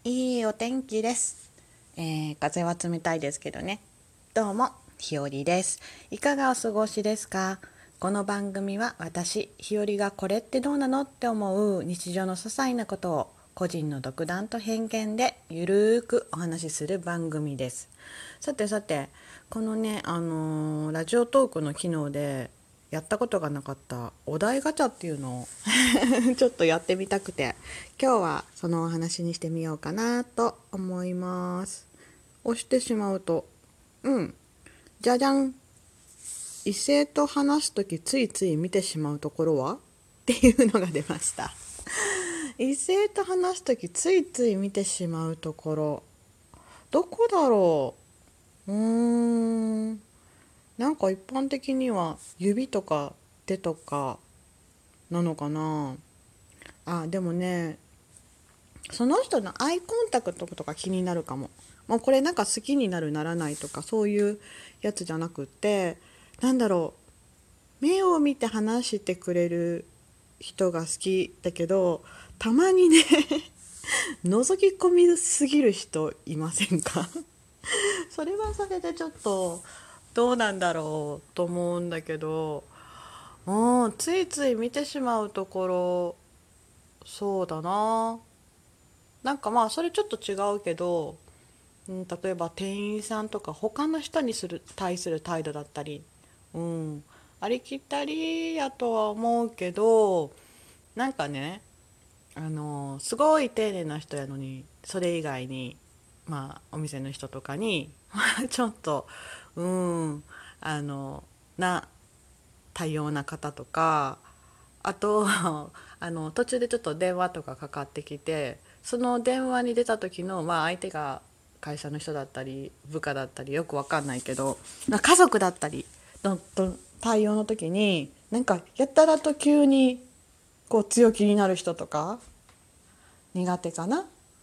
いいお天気です。風は冷たいですけどね。どうも、ひよりです。いかがお過ごしですか？この番組は私、ひよりがこれってどうなのって思う日常の些細なことを個人の独断と偏見でゆるーくお話しする番組です。さてさて、このね、ラジオトークの機能でやったことがなかったお題ガチャっていうのをちょっとやってみたくて、今日はそのお話にしてみようかなと思います。押してしまうと、じゃじゃん。異性と話すときついつい見てしまうところはっていうのが出ました。異性と話すときついつい見てしまうところ、どこだろう。なんか一般的には指とか手とかなのかな。でもね、その人のアイコンタクトとか気になるかも。もうこれなんか好きになるならないとかそういうやつじゃなくって、なんだろう、目を見て話してくれる人が好きだけど、たまにね覗き込みすぎる人いませんか？それはそれでちょっとどうなんだろうと思うんだけど、ついつい見てしまうところ、そうだな。なんかまあそれちょっと違うけど、例えば店員さんとか他の人に対する態度だったり、うん、ありきたりやとは思うけど、なんかね、すごい丁寧な人やのにそれ以外に、まあお店の人とかにちょっと、あのな多様な方とか、あと途中でちょっと電話とかかかってきて、その電話に出た時の、相手が会社の人だったり部下だったりよくわかんないけど、家族だったりの対応の時に、なんかやったらと急にこう強気になる人とか苦手かな。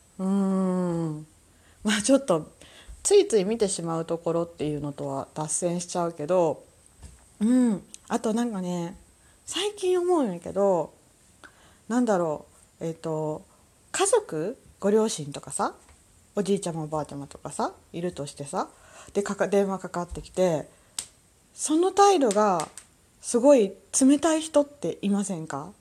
ちょっとついつい見てしまうところっていうのとは脱線しちゃうけど、あとなんかね、最近思うんやけど、なんだろう、家族、ご両親とかさ、おじいちゃまおばあちゃまとかさいるとしてさ、で電話かかってきて、その態度がすごい冷たい人っていませんか？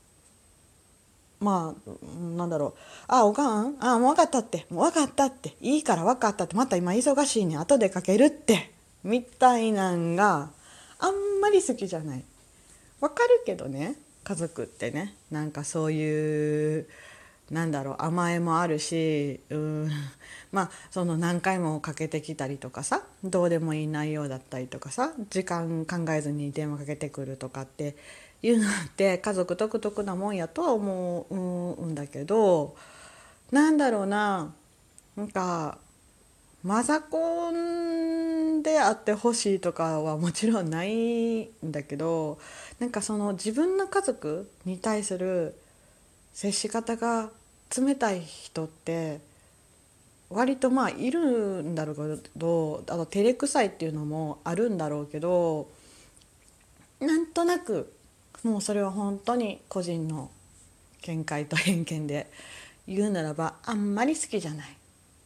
なんだろう、おかん、もう分かったって、もう分かったって、いいから分かったって、また今忙しいね、後でかけるってみたいなんがあんまり好きじゃない。わかるけどね、家族ってね、なんかそういう、なんだろう、甘えもあるし、その何回もかけてきたりとかさ、どうでもいい内容だったりとかさ、時間考えずに電話かけてくるとかっていうのって家族独特なもんやとは思うんだけど、なんだろうな、なんかマザコンであってほしいとかはもちろんないんだけど、なんかその自分の家族に対する接し方が冷たい人って割といるんだろうけど、照れくさいっていうのもあるんだろうけど、なんとなくもうそれは本当に個人の見解と偏見で言うならばあんまり好きじゃない。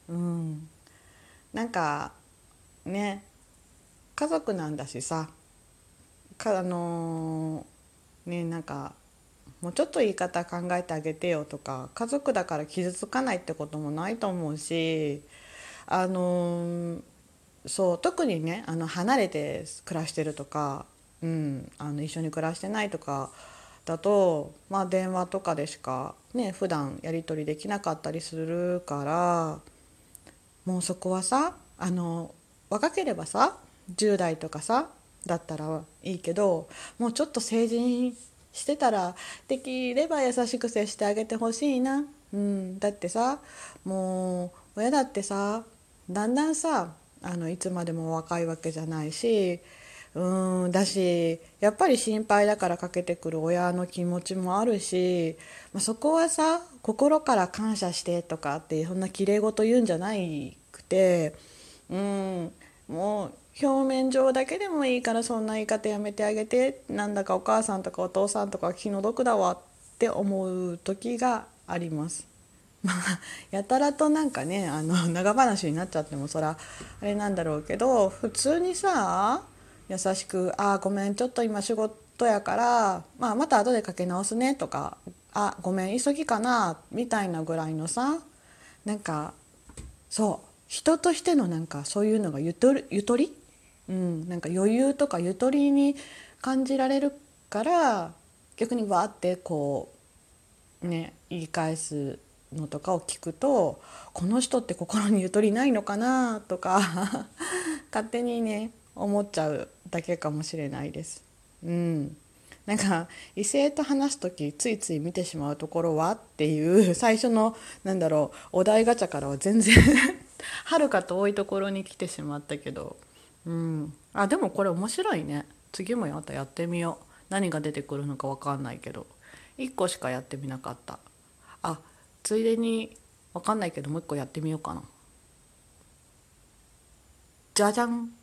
なんかね、家族なんだしさ、かあのなんかもうちょっと言い方考えてあげてよとか、家族だから傷つかないってこともないと思うし、あのそう特にね、離れて暮らしてるとか、一緒に暮らしてないとかだと、電話とかでしかね普段やり取りできなかったりするから、もうそこはさ、若ければさ、10代とかさだったらいいけど、もうちょっと成人してたらできれば優しく接してあげてほしいな。だってさ、もう親だってさ、だんだんさ、いつまでも若いわけじゃないし、だし、やっぱり心配だからかけてくる親の気持ちもあるし、そこはさ、心から感謝してとかってそんな綺麗事言うんじゃないくて、もう表面上だけでもいいからそんな言い方やめてあげて、なんだかお母さんとかお父さんとか気の毒だわって思う時があります。 やたらとなんかね長話になっちゃってもそらあれなんだろうけど、普通にさ優しく「あーごめんちょっと今仕事やから、また後でかけ直すね」とか「あごめん急ぎかな」みたいなぐらいのさ、なんかそう人としてのなんかそういうのがゆとり、なんか余裕とかゆとりに感じられるから、逆にわーってこうね言い返すのとかを聞くと、この人って心にゆとりないのかなとか勝手にね思っちゃうだけかもしれないです。なんか異性と話す時ついつい見てしまうところはっていう最初のなんだろうお題ガチャからは全然はるか遠いところに来てしまったけど、でもこれ面白いね。次もまたやってみよう。何が出てくるのか分かんないけど1個しかやってみなかった。あ、ついでに分かんないけどもう1個やってみようかな。じゃじゃん。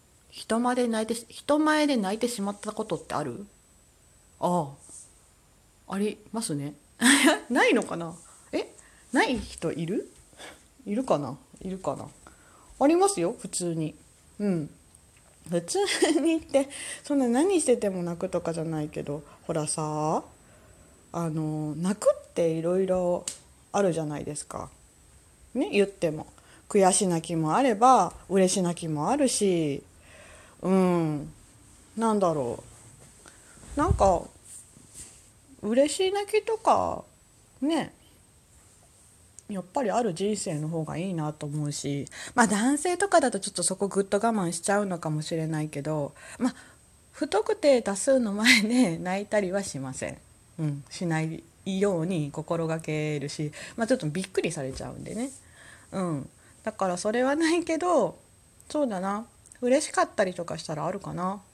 人前で泣いてしまったことってある？ああ、ありますね。ないのかな。え、ない人いる？いるかな、いるかな。ありますよ普通に。うん普通にってそんな何してても泣くとかじゃないけど、ほらさ泣くっていろいろあるじゃないですか。ね、言っても悔し泣きもあれば嬉し泣きもあるし、なんだろう、なんか嬉し泣きとかね、やっぱりある人生の方がいいなと思うし、男性とかだとちょっとそこぐっと我慢しちゃうのかもしれないけど、不特定多数の前で泣いたりはしません。しないように心がけるし、ちょっとびっくりされちゃうんでね。だからそれはないけど、そうだな、嬉しかったりとかしたらあるかな。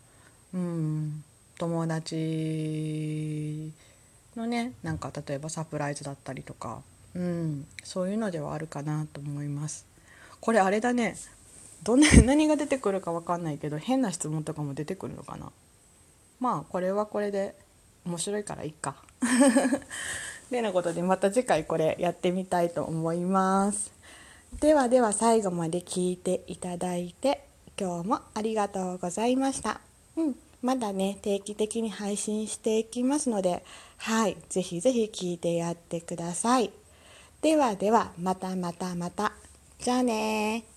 友達のねなんか例えばサプライズだったりとか、そういうのではあるかなと思います。これあれだね、何が出てくるか分かんないけど変な質問とかも出てくるのかな。これはこれで面白いからいっか。てなことでまた次回これやってみたいと思います。ではでは最後まで聞いていただいて今日もありがとうございました。まだね定期的に配信していきますので、はい、ぜひぜひ聞いてやってください。ではではまたまたまた。じゃあね。